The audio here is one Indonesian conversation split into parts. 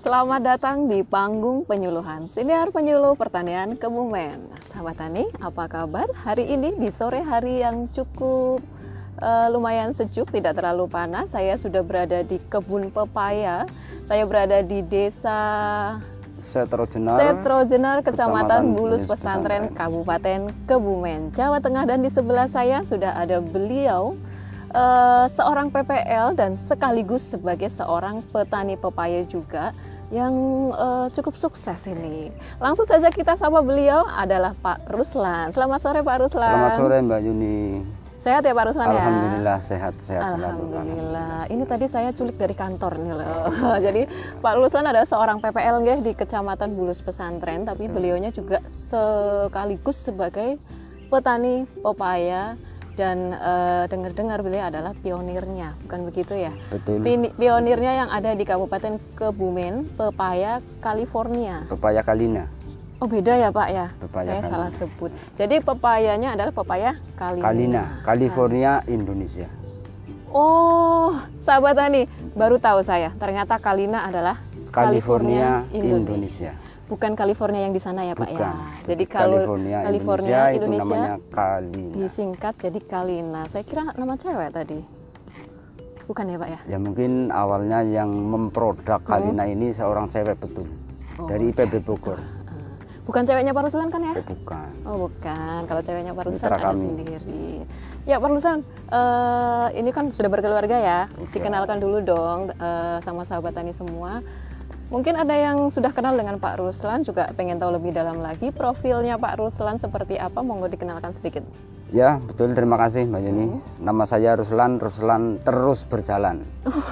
Selamat datang di panggung penyuluhan Siniar Penyuluh Pertanian Kebumen. Sahabat Tani, apa kabar? Hari ini di sore hari yang cukup lumayan sejuk, tidak terlalu panas. Saya sudah berada di kebun pepaya. Saya berada di desa Setrojenar, Kecamatan Bulus Pesantren, Kabupaten Kebumen, Jawa Tengah. Dan di sebelah saya sudah ada beliau, seorang PPL dan sekaligus sebagai seorang petani pepaya juga yang cukup sukses ini. Langsung saja kita sapa beliau, adalah Pak Ruslan. Selamat sore Pak Ruslan. Selamat sore Mbak Yuni. Sehat ya Pak Ruslan? Alhamdulillah sehat selalu. Alhamdulillah. Ini tadi saya culik dari kantor nih loh. Jadi Pak Ruslan ada seorang PPL nggih di Kecamatan Bulus Pesantren, tapi beliaunya juga sekaligus sebagai petani pepaya. Dan dengar-dengar beliau adalah pionirnya, bukan begitu ya? Betul. Pionirnya yang ada di Kabupaten Kebumen, pepaya California. Pepaya Kalina. Oh beda ya Pak ya? Pepaya Saya Kalina. salah sebut. Jadi pepayanya adalah pepaya Kalina. Kalina, California, Indonesia. Oh, sahabat Tani, baru tahu saya. Ternyata Kalina adalah California, Indonesia. Bukan California yang di sana ya Pak Bukan. ya. Jadi California, Indonesia itu namanya Kalina. disingkat jadi Kalina. Saya kira nama cewek tadi. Bukan ya Pak ya? Ya mungkin awalnya yang memproduk Kalina ini seorang cewek betul. Oh, dari IPB Bogor. Bukan ceweknya Pak Ruslan kan ya? Bukan. Oh bukan. Kalau ceweknya Pak Ruslan Mitra ada kami. sendiri. Ya Pak Ruslan, ini kan sudah berkeluarga ya. Dikenalkan dulu dong sama sahabat tani semua. Mungkin ada yang sudah kenal dengan Pak Ruslan, juga pengen tahu lebih dalam lagi profilnya Pak Ruslan seperti apa, monggo dikenalkan sedikit. Ya betul, terima kasih Mbak Yuni. Nama saya Ruslan terus berjalan.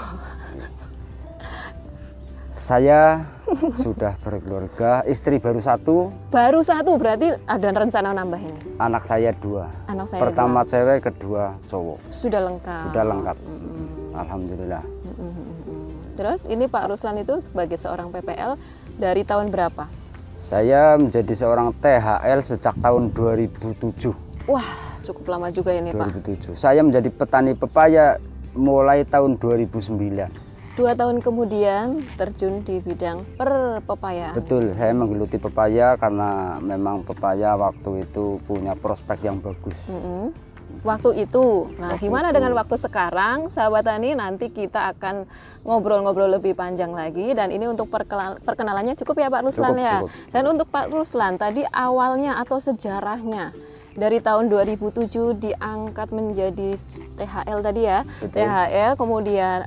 Saya sudah berkeluarga, istri baru satu. Baru satu, berarti ada rencana nambah ini? Anak saya dua. Anak saya Pertama dua. Cewek, kedua cowok. Sudah lengkap? Sudah lengkap. Alhamdulillah. Terus ini Pak Ruslan itu sebagai seorang PPL dari tahun berapa? Saya menjadi seorang THL sejak tahun 2007. Wah, cukup lama juga ini Pak. 2007. Saya menjadi petani pepaya mulai tahun 2009. 2 tahun kemudian terjun di bidang perpepayaan. Betul, saya menggeluti pepaya karena memang pepaya waktu itu punya prospek yang bagus. Waktu itu, nah Waktu gimana itu. dengan waktu sekarang, sahabat tani? Nanti kita akan ngobrol-ngobrol lebih panjang lagi. Dan ini untuk perkenalannya cukup ya Pak Ruslan ya. Cukup. Dan untuk Pak Ruslan, tadi awalnya atau sejarahnya dari tahun 2007 diangkat menjadi THL tadi ya. Betul. THL, kemudian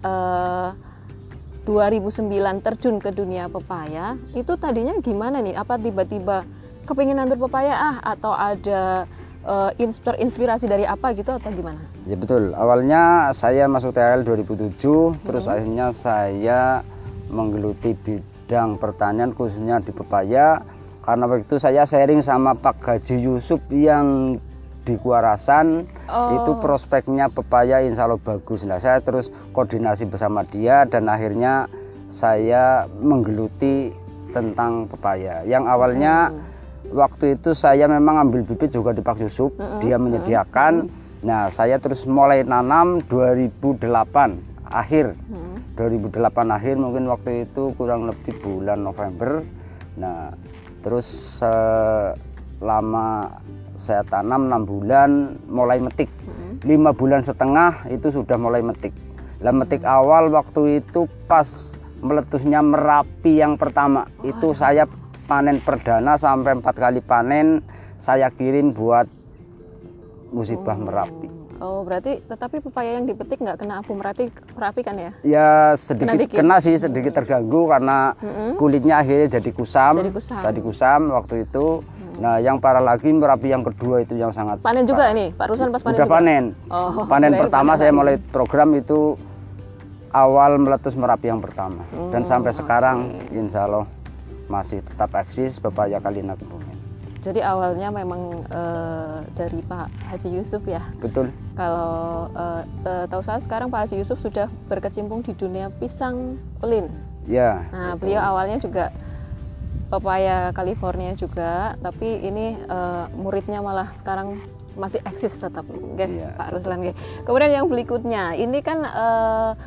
2009 terjun ke dunia pepaya. Itu tadinya gimana nih? Apa tiba-tiba kepingin nandur pepaya atau ada inspirasi dari apa gitu atau gimana? Ya betul, awalnya saya masuk THL 2007, terus akhirnya saya menggeluti bidang pertanian khususnya di pepaya. Karena waktu itu saya sharing sama Pak Haji Yusuf yang di Kuarasan, itu prospeknya pepaya insya Allah bagus. Nah, saya terus koordinasi bersama dia dan akhirnya saya menggeluti tentang pepaya. Yang awalnya waktu itu saya memang ambil bibit juga di Pak Yusuf, dia menyediakan. Nah, saya terus mulai nanam 2008 akhir. 2008 akhir mungkin waktu itu kurang lebih bulan November. Nah, terus selama saya tanam 6 bulan mulai metik. 5 bulan setengah itu sudah mulai metik. Lah metik awal waktu itu pas meletusnya Merapi yang pertama. Itu saya panen perdana sampai 4 kali panen saya kirim buat musibah Merapi. Oh berarti tetapi pepaya yang dipetik nggak kena abu Merapi kan ya? Ya sedikit kena sih, sedikit terganggu karena kulitnya akhirnya jadi kusam. Jadi kusam waktu itu. Nah yang parah lagi Merapi yang kedua itu yang sangat panen juga nih Pak Ruslan pas panen udah juga? panen. Panen pertama saya lagi. mulai program itu awal meletus Merapi yang pertama. Dan sampai sekarang insya Allah masih tetap eksis pepaya Kalina Kebumen. Jadi awalnya memang dari Pak Haji Yusuf ya? Betul. Kalau setahu saya sekarang Pak Haji Yusuf sudah berkecimpung di dunia pisang pelin. Ya. Nah beliau awalnya juga pepaya California juga, tapi ini muridnya malah sekarang masih eksis tetap, Iya, Pak Ruslan. Kemudian yang berikutnya, ini kan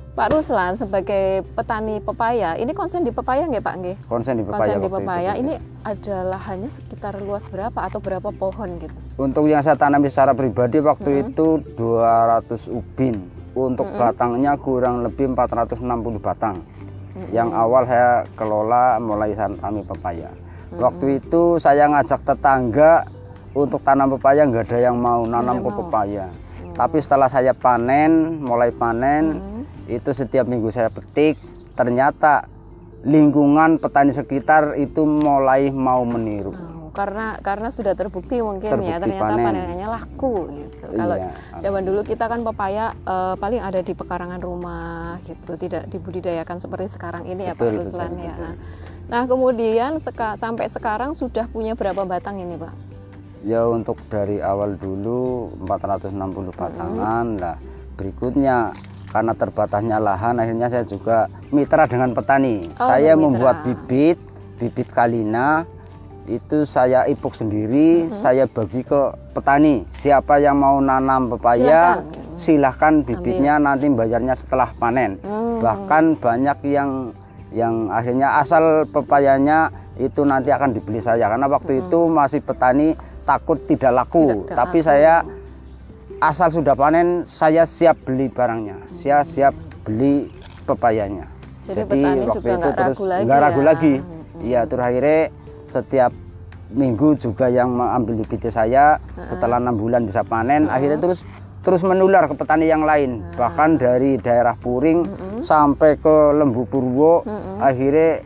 Pak Ruslan sebagai petani pepaya, ini konsen di pepaya nggak Pak? Nggih. Konsen di pepaya. Konsen di pepaya. Ini ada lahannya sekitar luas berapa atau berapa pohon gitu? Untuk yang saya tanami secara pribadi waktu itu 200 ubin. Untuk batangnya kurang lebih 460 batang. Yang awal saya kelola mulai saya tanami pepaya. Waktu itu saya ngajak tetangga untuk tanam pepaya, nggak ada yang mau nanam ke pepaya. Tapi setelah saya panen, mulai panen, itu setiap minggu saya petik, ternyata lingkungan petani sekitar itu mulai mau meniru. Karena sudah terbukti mungkin ya, ternyata panenannya laku gitu. Kalau zaman dulu kita kan pepaya paling ada di pekarangan rumah gitu, tidak dibudidayakan seperti sekarang ini ya Pak Ruslan ya. Nah kemudian sampai sekarang sudah punya berapa batang ini Pak? Ya untuk dari awal dulu 460 batangan lah. Berikutnya karena terbatasnya lahan, akhirnya saya juga mitra dengan petani. Saya membuat bibit kalina, itu saya ipuk sendiri, saya bagi ke petani. Siapa yang mau nanam pepaya, silahkan bibitnya, nanti bayarnya setelah panen. Bahkan banyak yang akhirnya asal pepayanya itu nanti akan dibeli saya. Karena waktu itu masih petani takut tidak laku, tapi saya asal sudah panen, saya siap beli barangnya, saya siap beli pepayanya. Jadi waktu itu terus nggak ragu lagi. Iya, terus akhirnya setiap minggu juga yang mengambil bibit saya. Setelah 6 bulan bisa panen, akhirnya terus menular ke petani yang lain. Bahkan dari daerah Puring sampai ke Lembu Purwo, akhirnya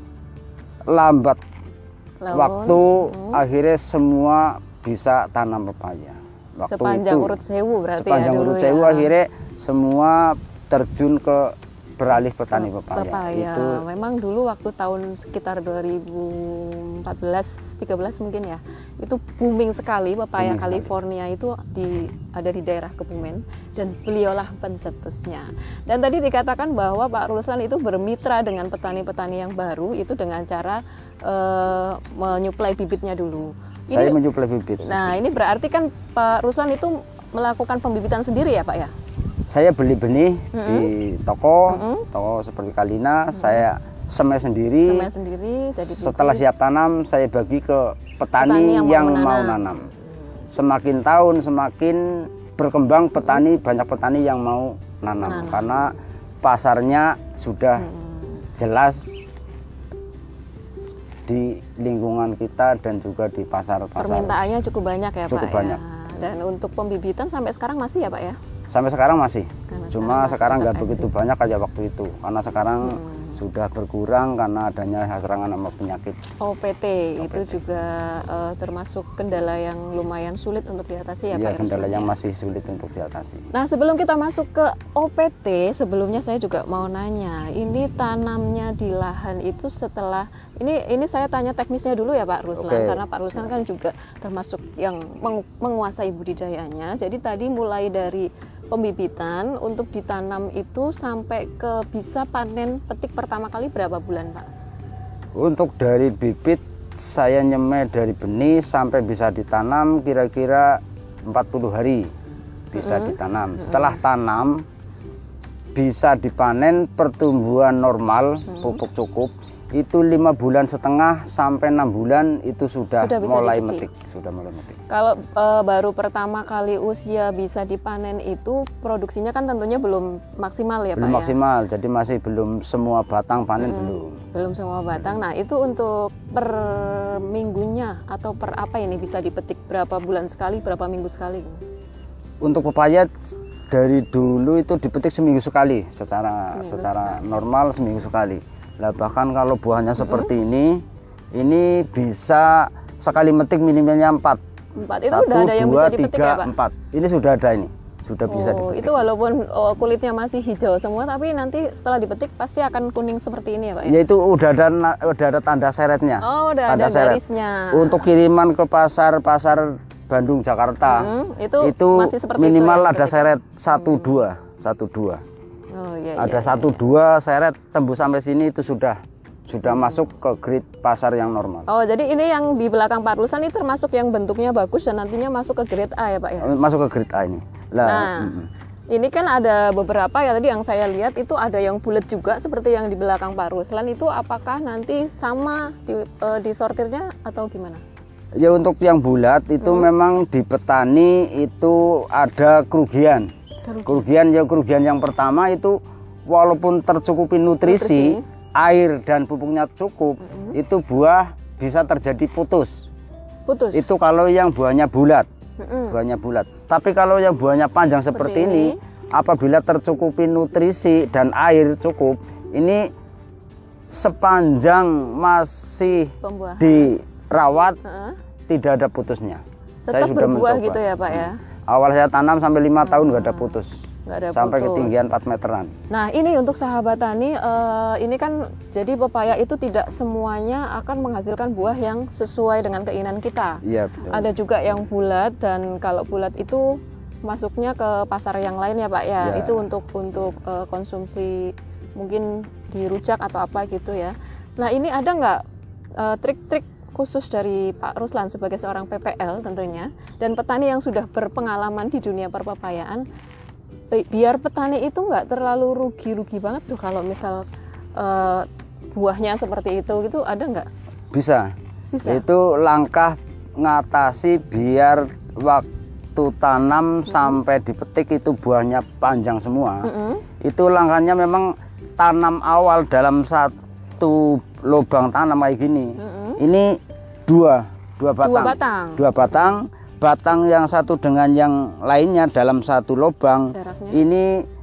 lambat waktu, akhirnya semua bisa tanam pepaya. Waktu sepanjang itu, urut sewu berarti sepanjang ya, urut sewu akhirnya semua terjun ke beralih petani pepaya. Itu memang dulu waktu tahun sekitar 2014-13 mungkin ya, itu booming sekali pepaya California itu ada di daerah Kebumen, dan beliaulah pencetusnya. Dan tadi dikatakan bahwa Pak Ruslan itu bermitra dengan petani-petani yang baru itu dengan cara menyuplai bibitnya dulu. Saya menyuplai bibit. Nah ini berarti kan Pak Ruslan itu melakukan pembibitan sendiri ya Pak ya? Saya beli benih di toko seperti Kalina, saya semai sendiri. Setelah siap tanam, saya bagi ke petani yang mau nanam. Semakin tahun semakin berkembang petani, banyak petani yang mau nanam. Karena pasarnya sudah jelas di lingkungan kita dan juga di pasar-pasar. Permintaannya cukup banyak ya cukup Pak banyak. Ya? Dan untuk pembibitan sampai sekarang masih ya Pak ya? Sampai sekarang masih. Cuma sekarang nggak begitu banyak kayak waktu itu. Karena sekarang sudah berkurang karena adanya serangan sama penyakit. OPT itu juga termasuk kendala yang lumayan sulit untuk diatasi ya Pak? Iya, kendala yang masih sulit untuk diatasi. Nah sebelum kita masuk ke OPT, sebelumnya saya juga mau nanya, ini tanamnya di lahan itu setelah, ini saya tanya teknisnya dulu ya Pak Ruslan, karena Pak Ruslan kan juga termasuk yang menguasai budidayanya. Jadi tadi mulai dari pembibitan untuk ditanam itu sampai ke bisa panen petik pertama kali berapa bulan Pak? Untuk dari bibit saya nyemai dari benih sampai bisa ditanam kira-kira 40 hari bisa ditanam. Setelah tanam bisa dipanen pertumbuhan normal, pupuk cukup, itu 5,5 bulan sampai 6 bulan itu sudah mulai metik. Kalau baru pertama kali usia bisa dipanen itu produksinya kan tentunya belum maksimal ya Pak? Belum maksimal, jadi masih belum semua batang panen belum semua batang. Nah itu untuk per minggunya atau per apa ini bisa dipetik berapa bulan sekali, berapa minggu sekali? Untuk pepaya dari dulu itu dipetik seminggu sekali, secara normal seminggu sekali. Lah bahkan kalau buahnya seperti ini bisa sekali metik minimalnya 4. 4 itu udah ada yang bisa dipetik ya Pak? 4. Ini sudah ada ini. Sudah bisa dipetik. Itu walaupun kulitnya masih hijau semua, tapi nanti setelah dipetik pasti akan kuning seperti ini ya Pak? Ya itu udah ada tanda seretnya. Oh, udah ada garisnya. Untuk kiriman ke pasar Bandung, Jakarta, itu masih seperti minimal itu ya, ada seret 1-2. Oh, ada 1-2 seret tembus sampai sini itu sudah masuk ke grade pasar yang normal. Oh, jadi ini yang di belakang Pak Ruslan itu termasuk yang bentuknya bagus dan nantinya masuk ke grade A ya Pak ya? Masuk ke grade A ini. Nah, Ini kan ada beberapa ya tadi yang saya lihat itu ada yang bulat juga seperti yang di belakang Pak Ruslan itu apakah nanti sama disortirnya atau gimana? Ya untuk yang bulat itu memang di petani itu ada kerugian. Kerugian yang pertama itu walaupun tercukupi nutrisi, air dan pupuknya cukup, itu buah bisa terjadi putus. Itu kalau yang buahnya bulat. Buahnya bulat. Tapi kalau yang buahnya panjang seperti ini, apabila tercukupi nutrisi dan air cukup, ini sepanjang masih dirawat tidak ada putusnya. Tetap saya sudah berbuah mencoba. Gitu ya Pak ya. Awal saya tanam sampai 5 tahun nggak ada putus. Sampai ketinggian 4 meteran. Nah ini untuk sahabat tani, ini kan jadi pepaya itu tidak semuanya akan menghasilkan buah yang sesuai dengan keinginan kita. Iya betul. Ada juga yang bulat dan kalau bulat itu masuknya ke pasar yang lain ya Pak ya. Itu untuk konsumsi mungkin di rujak atau apa gitu ya. Nah ini ada nggak trik-trik khusus dari Pak Ruslan sebagai seorang PPL tentunya dan petani yang sudah berpengalaman di dunia perpepayaan, biar petani itu nggak terlalu rugi banget tuh kalau misal buahnya seperti itu gitu, ada nggak? Bisa. Itu langkah ngatasi biar waktu tanam sampai dipetik itu buahnya panjang semua. Itu langkahnya memang tanam awal dalam satu lubang tanam kayak gini. Ini dua batang. Batang yang satu dengan yang lainnya dalam satu lubang jaraknya. Ini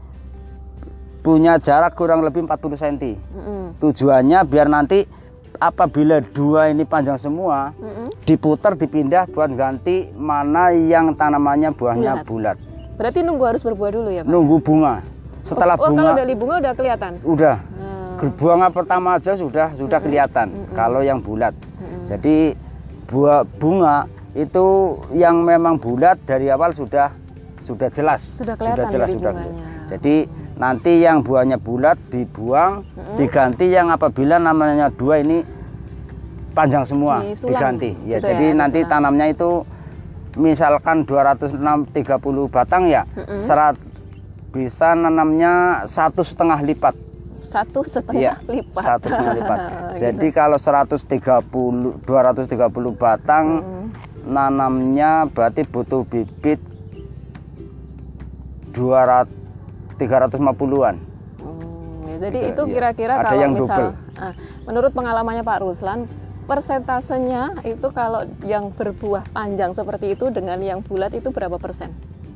punya jarak kurang lebih 40 cm. Tujuannya biar nanti apabila dua ini panjang semua, diputar dipindah buat ganti mana yang tanamannya buahnya bulat. Berarti harus berbuah dulu ya Pak? Nunggu bunga. Setelah bunga, kalau dari bunga udah kelihatan? Udah. Bunga pertama aja sudah kelihatan kalau yang bulat. Jadi bunga itu yang memang bulat dari awal sudah jelas. Sudah jelas. Jadi nanti yang buahnya bulat dibuang, diganti yang apabila namanya dua ini panjang semua diganti. Ya, jadi nanti tanamnya itu misalkan 230 batang ya, bisa nanamnya 1,5 lipat. 1,5 lipat. 1,5 lipat. Jadi kalau 230 batang nanamnya berarti butuh bibit 350-an. Jadi itu kira-kira kalau yang misal menurut pengalamannya Pak Ruslan, persentasenya itu kalau yang berbuah panjang seperti itu dengan yang bulat itu berapa persen?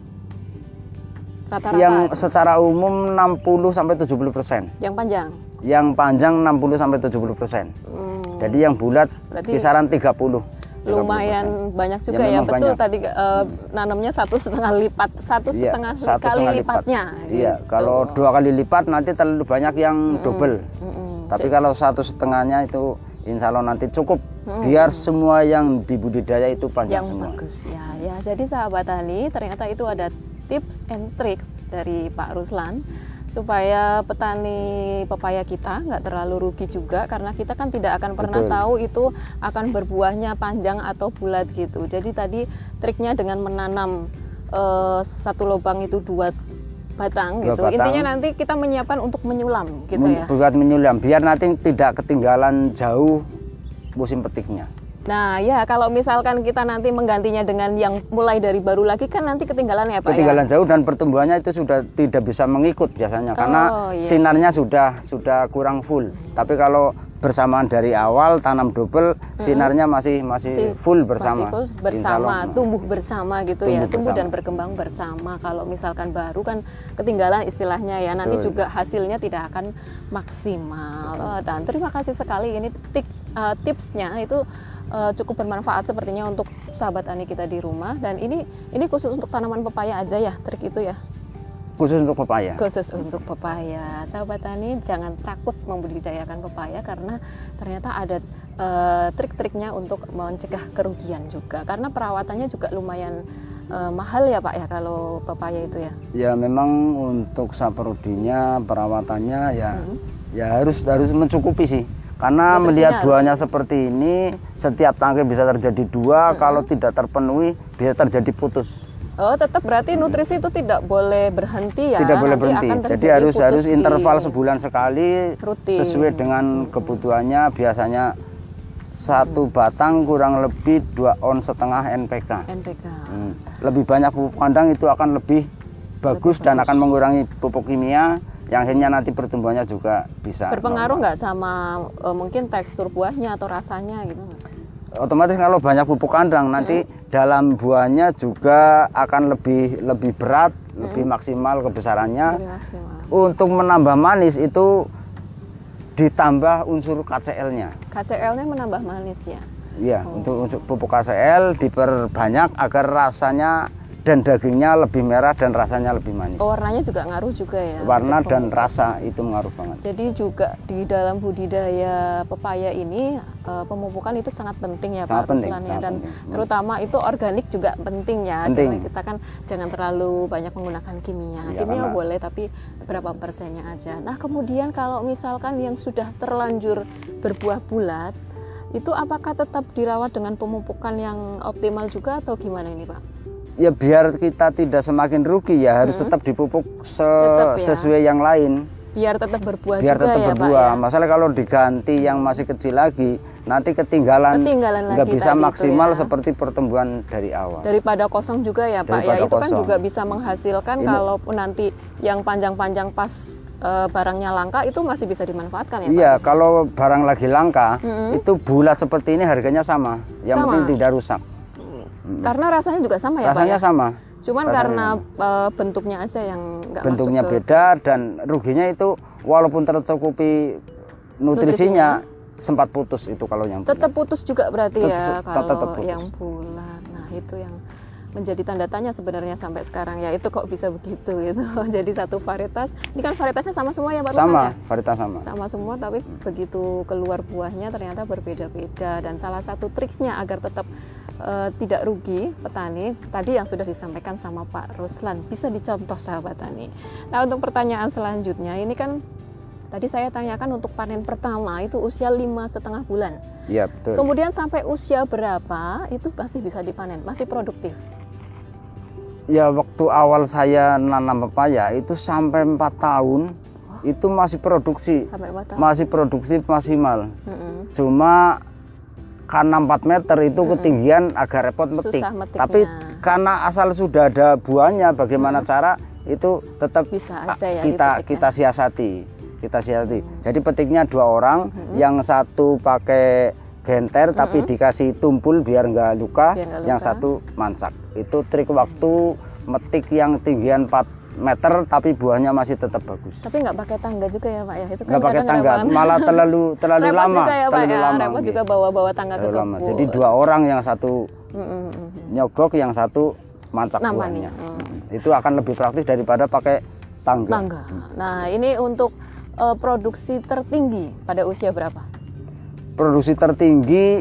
Rata-rata yang secara umum 60-70%. Yang panjang? Yang panjang 60-70%. Jadi yang bulat berarti kisaran 30. Lumayan banyak juga ya, betul banyak. Tadi nanamnya 1,5 lipat, 1,5 kali lipatnya. Iya, gitu. Kalau 2 kali lipat nanti terlalu banyak yang double. Tapi kalau 1,5-nya itu insya Allah nanti cukup. Biar semua yang dibudidaya itu panjang yang semua. Bagus ya. Jadi sahabat tani, ternyata itu ada tips and tricks dari Pak Ruslan supaya petani pepaya kita nggak terlalu rugi juga, karena kita kan tidak akan pernah tahu itu akan berbuahnya panjang atau bulat gitu. Jadi tadi triknya dengan menanam satu lubang itu 2 batang gitu. Intinya nanti kita menyiapkan untuk menyulam gitu ya. Buat menyulam biar nanti tidak ketinggalan jauh musim petiknya. Nah ya, kalau misalkan kita nanti menggantinya dengan yang mulai dari baru lagi kan nanti ketinggalan ya Pak. Ketinggalan jauh dan pertumbuhannya itu sudah tidak bisa mengikut biasanya karena sinarnya sudah kurang full. Tapi kalau bersamaan dari awal tanam double, sinarnya masih full bersama. Tumbuh bersama gitu ya, tumbuh dan berkembang bersama. Kalau misalkan baru kan ketinggalan istilahnya ya, nanti juga hasilnya tidak akan maksimal. Dan terima kasih sekali, ini tipsnya itu cukup bermanfaat sepertinya untuk sahabat tani kita di rumah. Dan ini khusus untuk tanaman pepaya aja ya, trik itu ya? Khusus untuk pepaya. Khusus untuk pepaya. Sahabat tani jangan takut membudidayakan pepaya karena ternyata ada trik-triknya untuk mencegah kerugian juga. Karena perawatannya juga lumayan mahal ya Pak ya kalau pepaya itu ya? Ya memang untuk saprodinya, perawatannya ya harus mencukupi sih. Karena melihat buahnya seperti ini, setiap tangkai bisa terjadi 2, kalau tidak terpenuhi bisa terjadi putus. Oh, tetap berarti nutrisi itu tidak boleh berhenti ya. Tidak boleh Nanti berhenti. akan Jadi terjadi harus putus di interval sebulan sekali rutin. sesuai dengan kebutuhannya. Biasanya satu batang kurang lebih 2,5 ons NPK. NPK. Lebih banyak pupuk kandang itu akan lebih bagus dan akan mengurangi pupuk kimia, yang akhirnya nanti pertumbuhannya juga bisa Berpengaruh normal. nggak sama mungkin tekstur buahnya atau rasanya gitu nggak? Otomatis kalau banyak pupuk kandang nanti dalam buahnya juga akan lebih berat, lebih maksimal kebesarannya. Lebih maksimal. Untuk menambah manis itu ditambah unsur KCl-nya. KCl-nya menambah manis ya. Iya, untuk unsur pupuk KCl diperbanyak agar rasanya dan dagingnya lebih merah dan rasanya lebih manis. Oh, warnanya juga ngaruh juga ya. Warna untuk dan pemupuk. rasa itu mengaruh banget. Jadi juga di dalam budidaya pepaya ini pemupukan itu sangat penting ya Sangat Pak penting, Ruslan ya. sangat Dan penting. terutama itu organik juga penting ya. Penting. Karena kita kan jangan terlalu banyak menggunakan kimia. Ya, Kimia karena- boleh tapi berapa persennya aja. Nah kemudian kalau misalkan yang sudah terlanjur berbuah bulat, itu apakah tetap dirawat dengan pemupukan yang optimal juga atau gimana ini Pak? Ya biar kita tidak semakin rugi ya harus tetap dipupuk Tetap ya. sesuai yang lain. Biar tetap berbuah Biar juga tetap ya berbuah. Pak ya? Masalah kalau diganti yang masih kecil lagi, nanti ketinggalan nggak lagi bisa tadi itu maksimal ya. seperti pertumbuhan dari awal. Daripada kosong juga ya Pak ya, Daripada itu kan kosong. juga bisa menghasilkan kalaupun nanti yang panjang-panjang pas barangnya langka itu masih bisa dimanfaatkan ya Pak? Iya, kalau barang lagi langka, itu bulat seperti ini harganya sama. Yang Sama. penting tidak rusak. Karena rasanya juga sama ya Rasanya Pak ya? sama. Cuman rasanya karena bentuknya aja yang nggak Bentuknya masuk ke... beda dan ruginya itu walaupun tercukupi nutrisinya sempat putus itu kalau yang bulat. Tetap putus juga berarti ya Tetap kalau putus. yang bulat. Nah itu yang menjadi tanda tanya sebenarnya sampai sekarang ya, itu kok bisa begitu gitu. Jadi satu varietas, ini kan varietasnya sama semua ya Pak Ruslan Sama, ya? varietas sama. Sama semua tapi begitu keluar buahnya ternyata berbeda-beda. Dan salah satu triksnya agar tetap tidak rugi petani tadi yang sudah disampaikan sama Pak Ruslan, bisa dicontoh sahabat tani. Nah untuk pertanyaan selanjutnya ini kan tadi saya tanyakan untuk panen pertama itu usia 5,5 bulan. Iya betul. Kemudian sampai usia berapa itu masih bisa dipanen, masih produktif? Ya waktu awal saya nanam pepaya itu sampai 4 tahun itu masih produksi. Sampai 4 tahun? Masih produktif maksimal. Mm-mm. Cuma karena 4 meter itu ketinggian agak repot metik. Susah metiknya. Tapi karena asal sudah ada buahnya, bagaimana cara itu tetap Bisa aja ya kita dipetik ya? kita siasati. Kita siasati. Jadi petiknya 2 orang, yang satu pakai genter tapi dikasih tumpul biar nggak luka, Biar nggak yang luka. satu mancak. Itu trik waktu metik yang tinggian 4 meter tapi buahnya masih tetap bagus. Tapi nggak pakai tangga juga ya Pak ya? Itu kan Nggak pakai kadang tangga, repot. malah terlalu Repot lama. juga ya Pak terlalu ya? lama. Repot nggih. juga bawa-bawa tangga ke Terlalu lama. kebun. Jadi 2 orang, yang satu Mm-mm. nyogok, yang satu mancak Namani. buahnya. Itu akan lebih praktis daripada pakai tangga. Tangga. Nah ini untuk produksi tertinggi pada usia berapa? Produksi tertinggi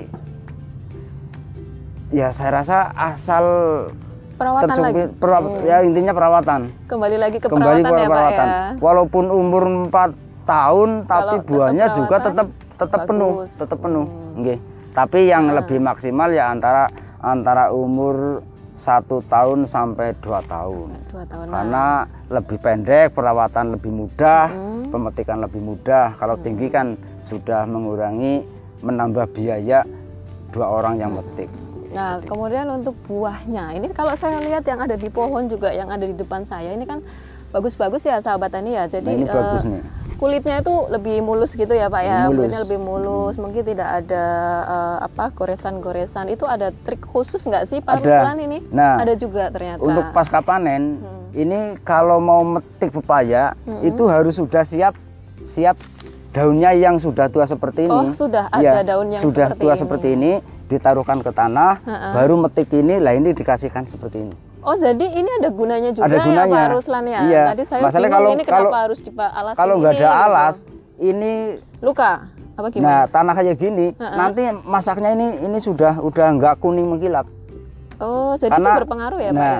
ya saya rasa asal Perawatan lagi? ya intinya perawatan. Kembali lagi ke Kembali perawatan ke ya Pak perawatan. ya? Walaupun umur 4 tahun tapi Kalau tetap buahnya juga perawatan, tetap penuh, bagus. tetap penuh. Nggih. Tapi yang lebih maksimal ya antara umur 1 tahun sampai 2 tahun. 2 tahun. Karena lebih pendek, perawatan lebih mudah, pemetikan lebih mudah. Kalau tinggi kan sudah menambah biaya 2 orang yang metik. Nah, kemudian untuk buahnya, ini kalau saya lihat yang ada di pohon juga, yang ada di depan saya, ini kan bagus-bagus ya sahabat tani ya. Jadi Nah, ini bagus nih. kulitnya itu lebih mulus gitu ya Pak ya, Mulus. kulitnya lebih mulus, mungkin tidak ada goresan-goresan. Itu ada trik khusus nggak sih Pak Ada. Ruslan ini? Nah, ada juga ternyata. Untuk pasca panen, ini kalau mau metik pepaya itu harus sudah siap daunnya yang sudah tua seperti ini. Oh, sudah ada Ya, daun yang sudah seperti tua ini. seperti ini, ditaruhkan ke tanah, baru metik ini, lah ini dikasihkan seperti ini. Oh, jadi ini ada gunanya juga Ada gunanya. ya Pak Ruslan ya? Iya. Tadi saya Masalahnya bingung kalau- ini kenapa kalau- harus dialasin Kalau nggak ini, ada gitu. alas, ini Luka? Apa gimana? nah tanah kayak gini, nanti masaknya ini sudah nggak kuning mengkilap. Oh, jadi Karena- itu berpengaruh ya Pak nah, ya?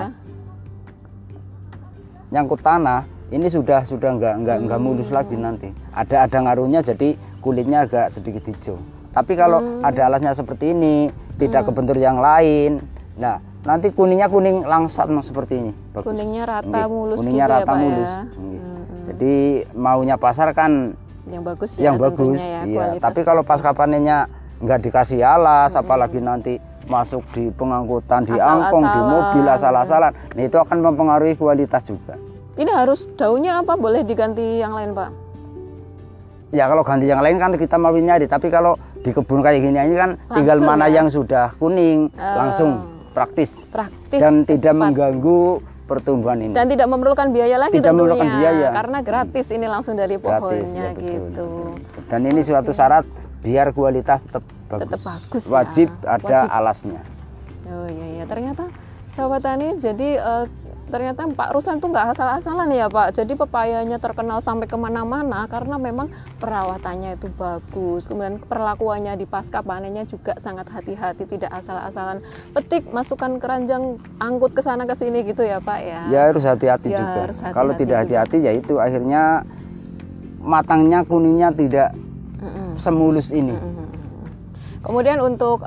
Nyangkut tanah, ini sudah nggak mulus lagi nanti. Ada ngaruhnya, jadi kulitnya agak sedikit hijau. Tapi kalau ada alasnya seperti ini, tidak kebentur yang lain, nah nanti kuningnya kuning langsat seperti ini. Bagus. Kuningnya rata mulus kuningnya gitu rata ya Pak mulus. ya. Jadi maunya pasar kan yang bagus ya. Yang bagus. Ya, iya. Tapi kalau pasca panennya nggak dikasih alas, apalagi nanti masuk di pengangkutan, di angkong, di mobil asal-asalan, nah itu akan mempengaruhi kualitas juga. Ini harus daunnya apa? Boleh diganti yang lain Pak? Ya kalau ganti yang lain kan kita mau nyari, tapi kalau di kebun kayak gini ini kan langsung tinggal mana ya? Yang sudah kuning, langsung praktis dan tidak mengganggu pertumbuhan ini. Dan tidak memerlukan biaya lagi tidak tentunya, memerlukan biaya. karena gratis ini langsung dari pohonnya gratis, ya, gitu. Betul. Dan ini suatu syarat biar kualitas tetap bagus. Tetap bagus ya. Wajib ada alasnya. Oh iya, ternyata sahabat tani, jadi ternyata Pak Ruslan tuh nggak asal-asalan ya Pak. Jadi pepayanya terkenal sampai kemana-mana karena memang perawatannya itu bagus. Kemudian perlakuannya di pasca panennya juga sangat hati-hati, tidak asal-asalan petik, masukkan keranjang, angkut ke sana ke sini gitu ya Pak ya. Ya harus hati-hati ya, juga. Kalau tidak hati-hati ya itu akhirnya matangnya kuningnya tidak semulus ini. Kemudian untuk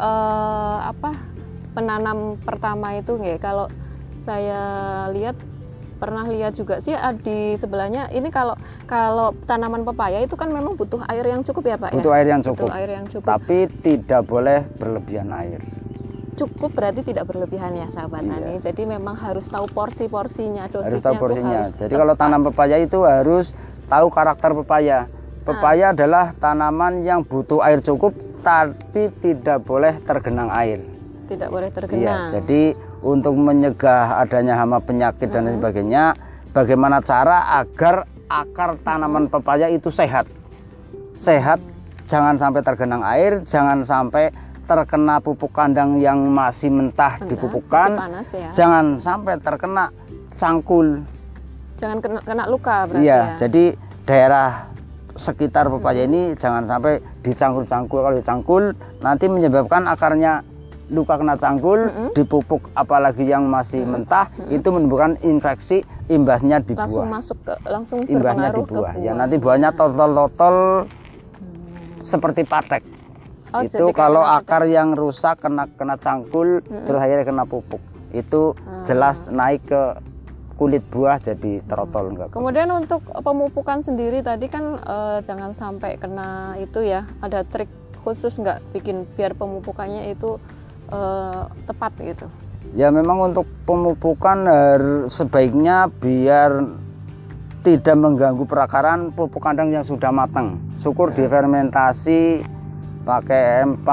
penanam pertama itu nggak, kalau saya pernah lihat juga sih di sebelahnya ini, kalau tanaman pepaya itu kan memang butuh air yang cukup ya Pak. Butuh air yang cukup. Butuh air yang cukup. Tapi tidak boleh berlebihan air. Cukup berarti tidak berlebihan ya sahabat tani. Jadi memang harus tahu porsi-porsinya, dosisnya. Harus tahu porsinya. Jadi kalau tanam pepaya itu harus tahu karakter pepaya. Pepaya adalah tanaman yang butuh air cukup tapi tidak boleh tergenang air. Tidak boleh tergenang. Iya, jadi untuk mencegah adanya hama penyakit dan lain sebagainya, bagaimana cara agar akar tanaman pepaya itu sehat? Sehat, jangan sampai tergenang air, jangan sampai terkena pupuk kandang yang masih mentah dipupukkan, panas, ya. Jangan sampai terkena cangkul. Jangan kena luka berarti iya, ya. Jadi daerah sekitar pepaya ini jangan sampai dicangkul-cangkul. Kalau dicangkul nanti menyebabkan akarnya luka kena cangkul, dipupuk apalagi yang masih mentah, itu menimbulkan infeksi, imbasnya di buah. Langsung masuk langsung imbasnya di berpengaruh buah. ke buah. Ya nanti buahnya totol-totol seperti patek. Itu kalau akar yang rusak kena cangkul, terus akhirnya kena pupuk. Itu jelas naik ke kulit buah jadi terotol enggak. Kemudian untuk pemupukan sendiri tadi kan jangan sampai kena itu ya. Ada trik khusus nggak bikin biar pemupukannya itu tepat gitu? Ya memang untuk pemupukan sebaiknya biar tidak mengganggu perakaran pupuk kandang yang sudah matang. Syukur difermentasi pakai M4,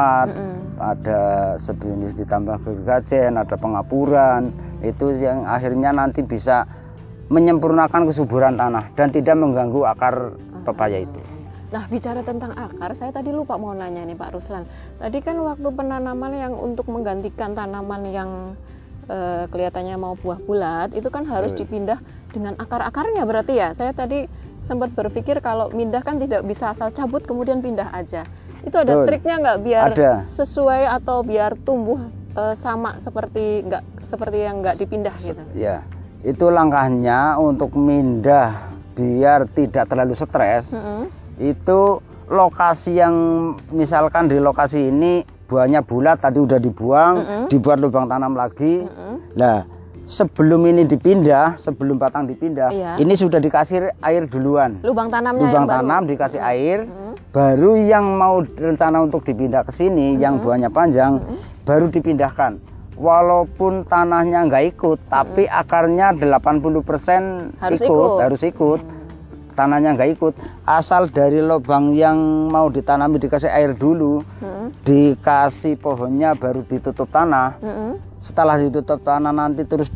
ada sejenis ditambah gergajen, ada pengapuran, itu yang akhirnya nanti bisa menyempurnakan kesuburan tanah dan tidak mengganggu akar pepaya itu. Nah, bicara tentang akar, saya tadi lupa mau nanya nih Pak Ruslan. Tadi kan waktu penanaman yang untuk menggantikan tanaman yang kelihatannya mau buah bulat, itu kan harus dipindah dengan akar-akarnya berarti ya. Saya tadi sempat berpikir kalau pindah kan tidak bisa asal cabut kemudian pindah aja. Itu ada triknya nggak biar sesuai atau biar tumbuh sama seperti yang nggak dipindah gitu? Ya, itu langkahnya untuk pindah biar tidak terlalu stres. Itu lokasi yang misalkan di lokasi ini buahnya bulat tadi udah dibuang, dibuat lubang tanam lagi. Nah, sebelum ini dipindah, sebelum batang dipindah, ini sudah dikasih air duluan. Lubang tanamnya lubang tanam dikasih air, baru yang mau rencana untuk dipindah ke sini, yang buahnya panjang, baru dipindahkan. Walaupun tanahnya nggak ikut, tapi akarnya 80% harus ikut. Tanahnya nggak ikut, asal dari lubang yang mau ditanami dikasih air dulu, dikasih pohonnya baru ditutup tanah. Setelah ditutup tanah nanti terus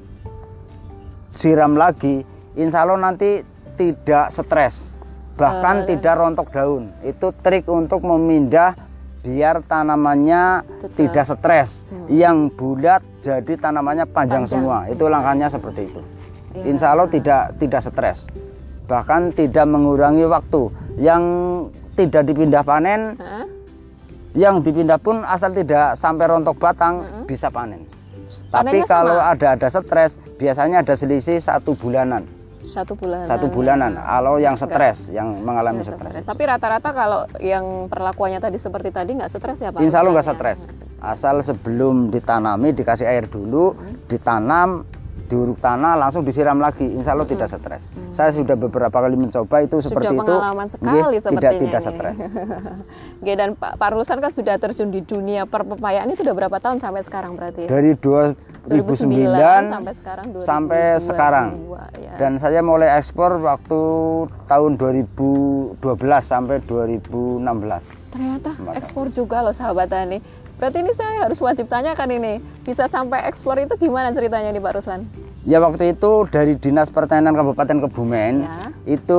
disiram lagi, insya Allah nanti tidak stres, bahkan tidak rontok daun. Itu trik untuk memindah biar tanamannya tidak stres. Yang bulat jadi tanamannya panjang semua. Itu langkahnya seperti itu. Insya Allah tidak stres. Bahkan tidak mengurangi waktu. Yang tidak dipindah panen, yang dipindah pun asal tidak sampai rontok batang bisa panen. Tapi kalau ada stres, biasanya ada selisih 1 bulanan. 1 bulanan. 1 bulanan. Kalau yang stres, yang mengalami stres. Tapi rata-rata kalau yang perlakuannya tadi seperti tadi nggak stres ya Pak? Insya Allah nggak stres. Asal sebelum ditanami dikasih air dulu, ditanam, diuruk tanah, langsung disiram lagi. Insya Allah tidak stres. Saya sudah beberapa kali mencoba itu seperti itu. Sudah pengalaman sekali sepertinya. Tidak stres. Oke, dan Pak Ruslan kan sudah terjun di dunia perpepayaan itu udah berapa tahun sampai sekarang berarti? Dari 2009 sampai sekarang 2022, sampai sekarang. Ya. Dan saya mulai ekspor waktu tahun 2012 sampai 2016. Ternyata ekspor juga loh sahabat Tani. Berarti ini saya harus wajib tanyakan ini, bisa sampai ekspor itu gimana ceritanya nih Pak Ruslan? Ya waktu itu dari Dinas Pertanian Kabupaten Kebumen Ya. itu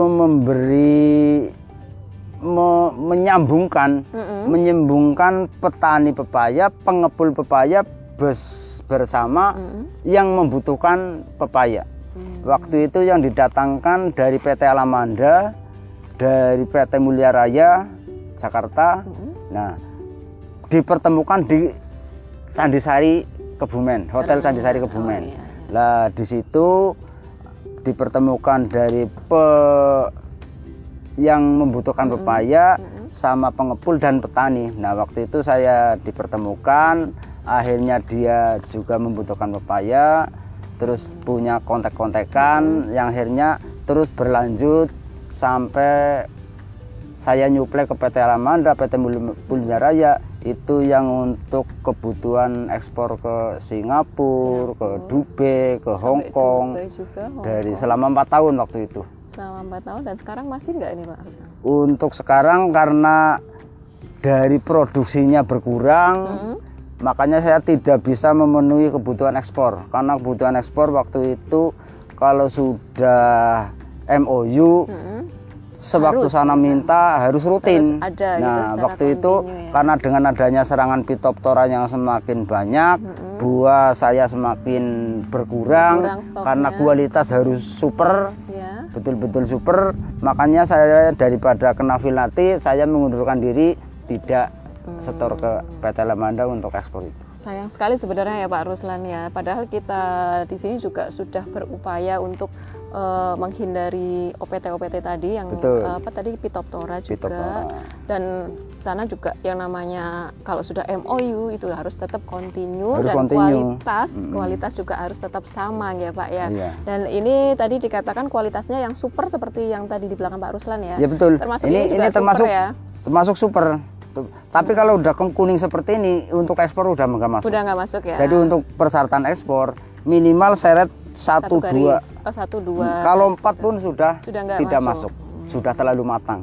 menyambungkan petani pepaya, pengepul pepaya bersama yang membutuhkan pepaya. Waktu itu yang didatangkan dari PT Alamanda, dari PT Mulia Raya Jakarta. Nah, dipertemukan di Candisari Kebumen, Hotel Candisari Kebumen. Oh, iya. Lah di situ dipertemukan dari yang membutuhkan pepaya sama pengepul dan petani. Nah waktu itu saya dipertemukan, akhirnya dia juga membutuhkan pepaya, terus punya kontak-kontakan, yang akhirnya terus berlanjut sampai saya nyuplai ke PT Alamanda, PT Mulia Raya, itu yang untuk kebutuhan ekspor ke Singapura, ke Dubai, ke Hong Kong, dari selama 4 tahun waktu itu. Selama 4 tahun, dan sekarang masih nggak ini Pak Ruslan? Untuk sekarang karena dari produksinya berkurang, makanya saya tidak bisa memenuhi kebutuhan ekspor. Karena kebutuhan ekspor waktu itu kalau sudah MOU, sewaktu sana minta harus rutin. Harus ada, nah gitu, waktu itu ya. Karena dengan adanya serangan Phytophthora yang semakin banyak, buah saya semakin berkurang karena kualitas harus super, betul-betul super. Makanya saya daripada kena filati, saya mengundurkan diri, tidak setor ke PT Alamanda untuk ekspor itu. Sayang sekali sebenarnya ya Pak Ruslan ya. Padahal kita di sini juga sudah berupaya untuk menghindari OPT tadi yang apa tadi Phytophthora juga. Dan sana juga yang namanya kalau sudah MOU itu harus tetap continue, dan kualitas juga harus tetap sama ya Pak ya. Iya. Dan ini tadi dikatakan kualitasnya yang super seperti yang tadi di belakang Pak Ruslan ya. Ya betul. Termasuk ini juga termasuk super ya. Termasuk super. Tapi kalau udah kuning seperti ini untuk ekspor udah nggak masuk. Udah nggak masuk ya. Jadi untuk persyaratan ekspor minimal seret 1-2. Oh, 1-2. Kalau 4 pun sudah tidak masuk. Sudah terlalu matang.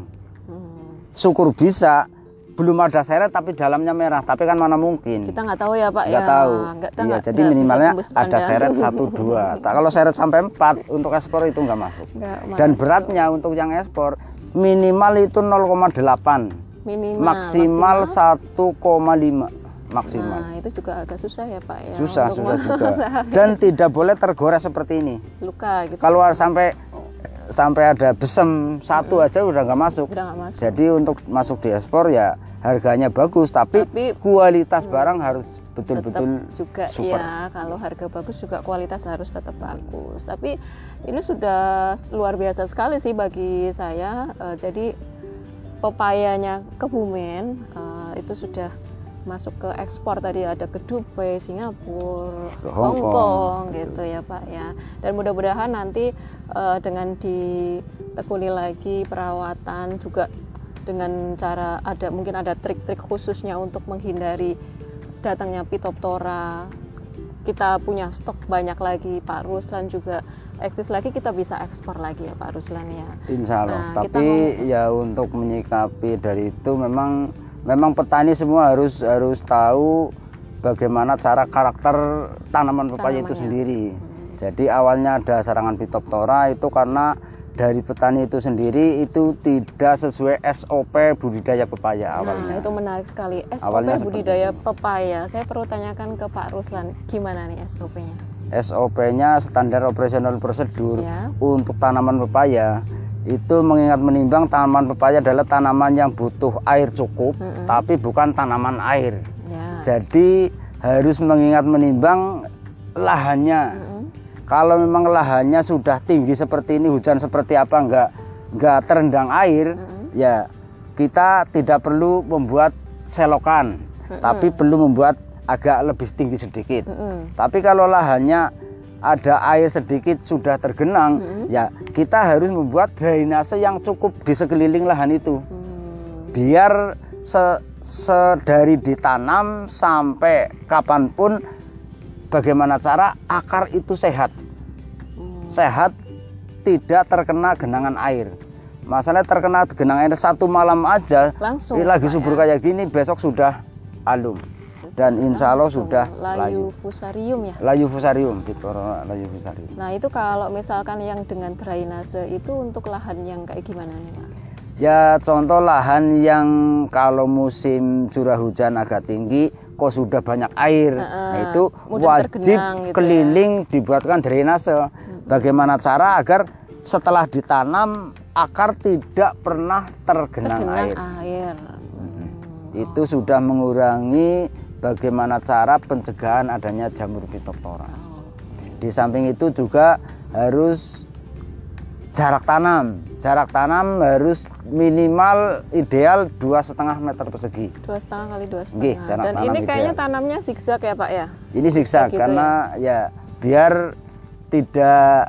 Syukur bisa belum ada seret tapi dalamnya merah. Tapi kan mana mungkin. Kita nggak tahu ya Pak nggak ya. tahu. Iya, jadi minimalnya ada seret 1-2. Kalau seret sampai 4 untuk ekspor itu nggak masuk. Dan beratnya untuk yang ekspor minimal itu 0,8. Maksimal 1,5 maksimal. Nah, itu juga agak susah ya Pak ya. Susah juga. Dan tidak boleh tergores seperti ini. Luka gitu. Kalau sampai ada besem satu aja udah nggak masuk. Jadi untuk masuk di ekspor ya harganya bagus, tapi kualitas barang harus betul-betul juga super. Ya, kalau harga bagus juga kualitas harus tetap bagus. Tapi ini sudah luar biasa sekali sih bagi saya. Jadi pepayanya Kebumen itu sudah masuk ke ekspor, tadi ada ke Dubai, Singapura, Hong Kong gitu ya Pak ya. Dan mudah-mudahan nanti dengan ditekuni lagi perawatan juga dengan cara mungkin ada trik-trik khususnya untuk menghindari datangnya Phytophthora. Kita punya stok banyak lagi, Pak Ruslan juga eksis lagi, kita bisa ekspor lagi ya Pak Ruslan ya. Insya Allah. Nah, tapi ya untuk menyikapi dari itu memang petani semua harus tahu bagaimana cara karakter tanaman pepaya itu sendiri. Jadi awalnya ada serangan Phytophthora itu karena dari petani itu sendiri itu tidak sesuai SOP budidaya pepaya awalnya. Nah, itu menarik sekali. SOP awalnya budidaya pepaya. Saya perlu tanyakan ke Pak Ruslan, gimana nih SOP-nya? SOP-nya standar operasional prosedur untuk tanaman pepaya. Itu mengingat menimbang tanaman pepaya adalah tanaman yang butuh air cukup, tapi bukan tanaman air. Jadi harus mengingat menimbang lahannya. Kalau memang lahannya sudah tinggi seperti ini, hujan seperti apa nggak terendang air, ya kita tidak perlu membuat selokan, tapi perlu membuat agak lebih tinggi sedikit. Tapi kalau lahannya ada air sedikit sudah tergenang, ya kita harus membuat drainase yang cukup di sekeliling lahan itu. Biar dari ditanam sampai kapanpun, bagaimana cara akar itu sehat. Sehat, tidak terkena genangan air. Masalahnya terkena genangan air satu malam aja, langsung lagi subur kayak gini, besok sudah alum. Dan insya Allah sudah layu fusarium ya? Layu fusarium, layu fusarium. Nah itu kalau misalkan yang dengan drainase itu untuk lahan yang kayak gimana nih Pak? Ya contoh lahan yang kalau musim curah hujan agak tinggi, kok sudah banyak air, nah itu wajib gitu keliling ya? Dibuatkan drainase. Bagaimana cara agar setelah ditanam akar tidak pernah tergenang air. Itu sudah mengurangi bagaimana cara pencegahan adanya jamur Phytophthora. Di samping itu juga harus jarak tanam. Jarak tanam harus minimal ideal 2,5 meter persegi. 2,5 kali 2,5. Dan ini kayaknya tanamnya zigzag ya Pak ya? Ini zigzag gitu karena ya biar tidak,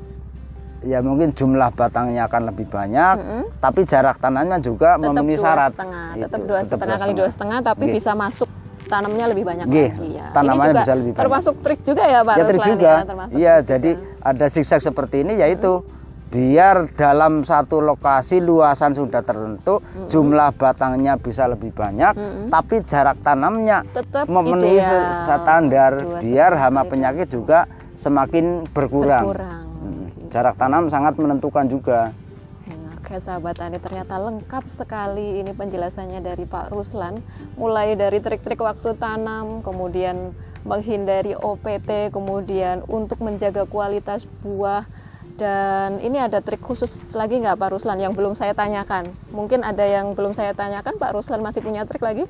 ya mungkin jumlah batangnya akan lebih banyak, tapi jarak tanamnya juga memenuhi syarat. Tetap 2,5 kali 2,5, tapi bisa masuk tanamnya lebih banyak lagi ya. Tanamannya bisa lebih banyak. Termasuk trik juga ya Pak? Ya trik juga. Iya, jadi ada zigzag seperti ini, yaitu biar dalam satu lokasi luasan sudah tertentu, jumlah batangnya bisa lebih banyak, tapi jarak tanamnya tetap memenuhi standar, biar hama penyakit juga semakin berkurang. Jarak tanam sangat menentukan juga. Oke sahabat tani, ternyata lengkap sekali ini penjelasannya dari Pak Ruslan. Mulai dari trik-trik waktu tanam, kemudian menghindari OPT, kemudian untuk menjaga kualitas buah. Dan ini ada trik khusus lagi nggak Pak Ruslan yang belum saya tanyakan? Mungkin ada yang belum saya tanyakan, Pak Ruslan masih punya trik lagi?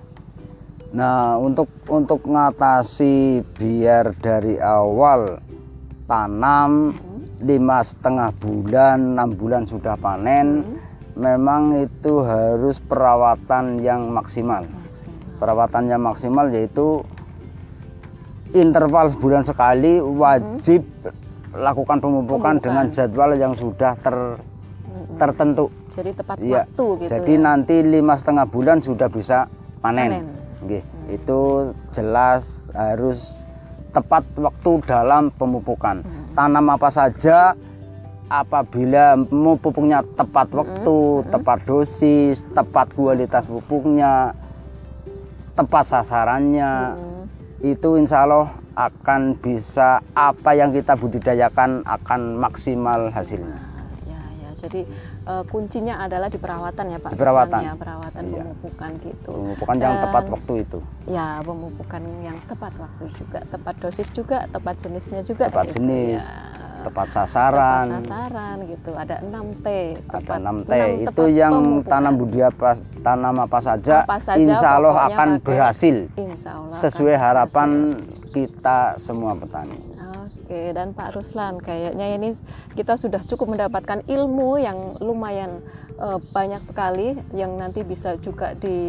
Nah untuk mengatasi biar dari awal tanam 5,5 bulan, 6 bulan sudah panen, memang itu harus perawatan yang maksimal. Perawatan yang maksimal yaitu interval sebulan sekali wajib lakukan pemupukan dengan jadwal yang sudah tertentu. Jadi tepat waktu gitu. Jadi nanti 5,5 bulan sudah bisa panen. Itu jelas harus tepat waktu dalam pemupukan. Tanam apa saja apabila pupuknya tepat waktu, tepat dosis, tepat kualitas pupuknya, tepat sasarannya, itu insya Allah akan bisa apa yang kita budidayakan akan maksimal hasilnya. Ya, jadi kuncinya adalah di perawatan ya Pak. Di perawatan. Ya, perawatan pemupukan gitu. Pemupukan yang tepat waktu itu. Ya, pemupukan yang tepat waktu juga, tepat dosis juga, tepat jenisnya juga. Tepat gitu, jenis, tepat sasaran. Tepat sasaran gitu. Ada 6T. Ada 6T. Itu yang tanam tanam apa saja insya Allah akan berhasil. Insya Allah sesuai harapan kita semua petani. Oke, dan Pak Ruslan, kayaknya ini kita sudah cukup mendapatkan ilmu yang lumayan banyak sekali yang nanti bisa juga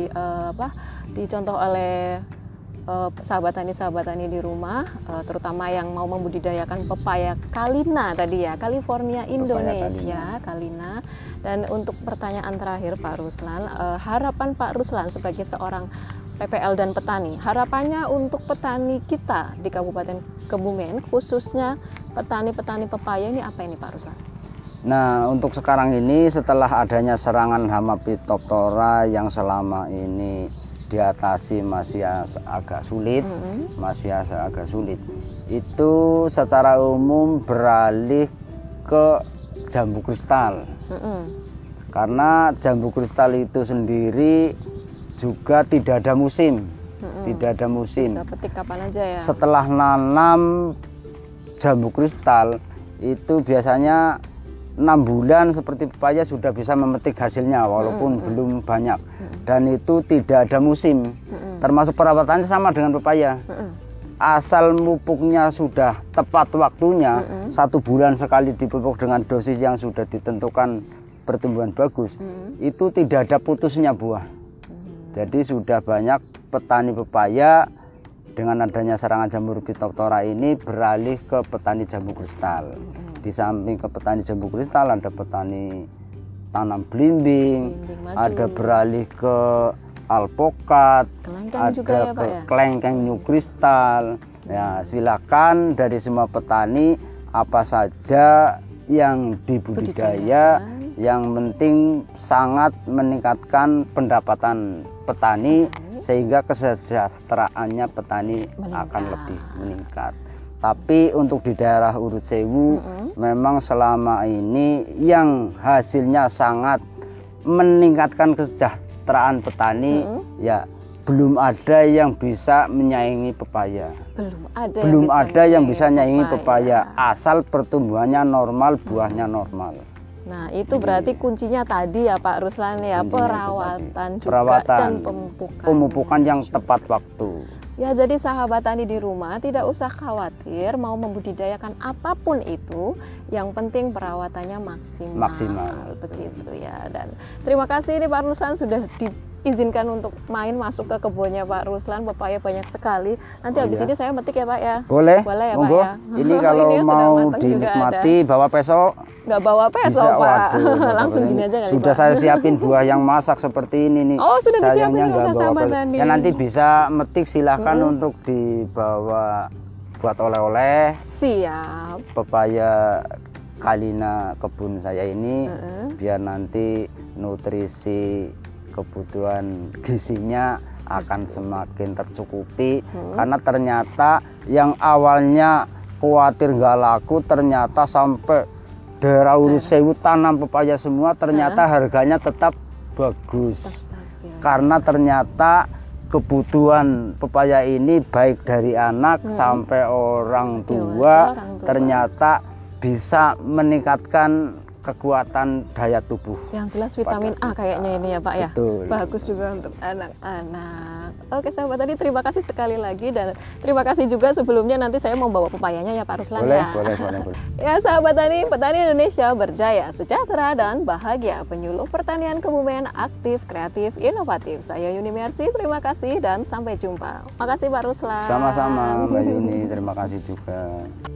dicontoh oleh sahabat tani di rumah, terutama yang mau membudidayakan pepaya Kalina tadi ya, California Indonesia, Kalina. Dan untuk pertanyaan terakhir Pak Ruslan, harapan Pak Ruslan sebagai seorang PPL dan petani, harapannya untuk petani kita di Kabupaten Kebumen, khususnya petani-petani pepaya ini apa ini Pak Ruslan? Nah untuk sekarang ini setelah adanya serangan hama Phytophthora yang selama ini diatasi masih agak sulit, itu secara umum beralih ke jambu kristal. Karena jambu kristal itu sendiri juga tidak ada musim, Bisa petik kapan aja ya. Setelah nanam jambu kristal itu biasanya 6 bulan seperti pepaya sudah bisa memetik hasilnya walaupun belum banyak, dan itu tidak ada musim. Termasuk perawatannya sama dengan pepaya. Asal pupuknya sudah tepat waktunya, 1 bulan sekali dipupuk dengan dosis yang sudah ditentukan pertumbuhan bagus, itu tidak ada putusnya buah. Jadi sudah banyak petani pepaya dengan adanya serangan jamur Phytophthora ini beralih ke petani jambu kristal. Di samping ke petani jambu kristal ada petani tanam belimbing, ada beralih ke alpokat, Kelengkeng juga ada ya, Pak, ya? kelengkeng new kristal. Ya, silakan dari semua petani apa saja yang dibudidaya, yang penting sangat meningkatkan pendapatan petani sehingga kesejahteraannya petani akan lebih meningkat. Tapi untuk di daerah Urut Sewu memang selama ini yang hasilnya sangat meningkatkan kesejahteraan petani ya belum ada yang bisa menyaingi pepaya. Belum ada yang bisa menyaingi pepaya asal pertumbuhannya normal, buahnya normal. Nah, itu berarti kuncinya tadi ya Pak Ruslan ya, perawatan juga dan pemupukan yang tepat waktu. Ya, jadi sahabat tani di rumah tidak usah khawatir mau membudidayakan apapun itu, yang penting perawatannya maksimal. Begitu ya. Dan terima kasih ini Pak Ruslan sudah diizinkan untuk main masuk ke kebunnya Pak Ruslan. Pepaya banyak sekali. Nanti habis ini saya metik ya Pak ya. Boleh. Boleh ya monggo. Pak ya. Ini kalau mau dinikmati bawa peso. Nggak bawa peso bisa, Pak. Waduh, Langsung gini aja kali sudah Pak. saya siapin buah yang masak seperti ini nih. Oh, sudah disiapin sayangnya nggak bawa sama peso. tadi. Ya nanti bisa metik silahkan untuk dibawa buat oleh-oleh. Siap. Pepaya Kalina kebun saya ini biar nanti nutrisi kebutuhan gizinya akan semakin tercukupi karena ternyata yang awalnya khawatir nggak laku ternyata sampai daerah Urut Sewu tanam pepaya semua ternyata harganya tetap bagus karena ternyata kebutuhan pepaya ini baik dari anak sampai orang tua ternyata bisa meningkatkan kekuatan daya tubuh. Yang jelas vitamin A kayaknya ini ya Pak ya. Betul. Bagus juga untuk anak-anak. Oke sahabat tadi terima kasih sekali lagi dan terima kasih juga sebelumnya nanti saya mau bawa pepayanya ya Pak Ruslan ya. Boleh. Ya sahabat tani, petani Indonesia berjaya, sejahtera dan bahagia. Penyuluh pertanian Kebumen aktif, kreatif, inovatif. Saya Yuni Mercy, terima kasih dan sampai jumpa. Makasih Pak Ruslan. Sama-sama Mbak Yuni, terima kasih juga.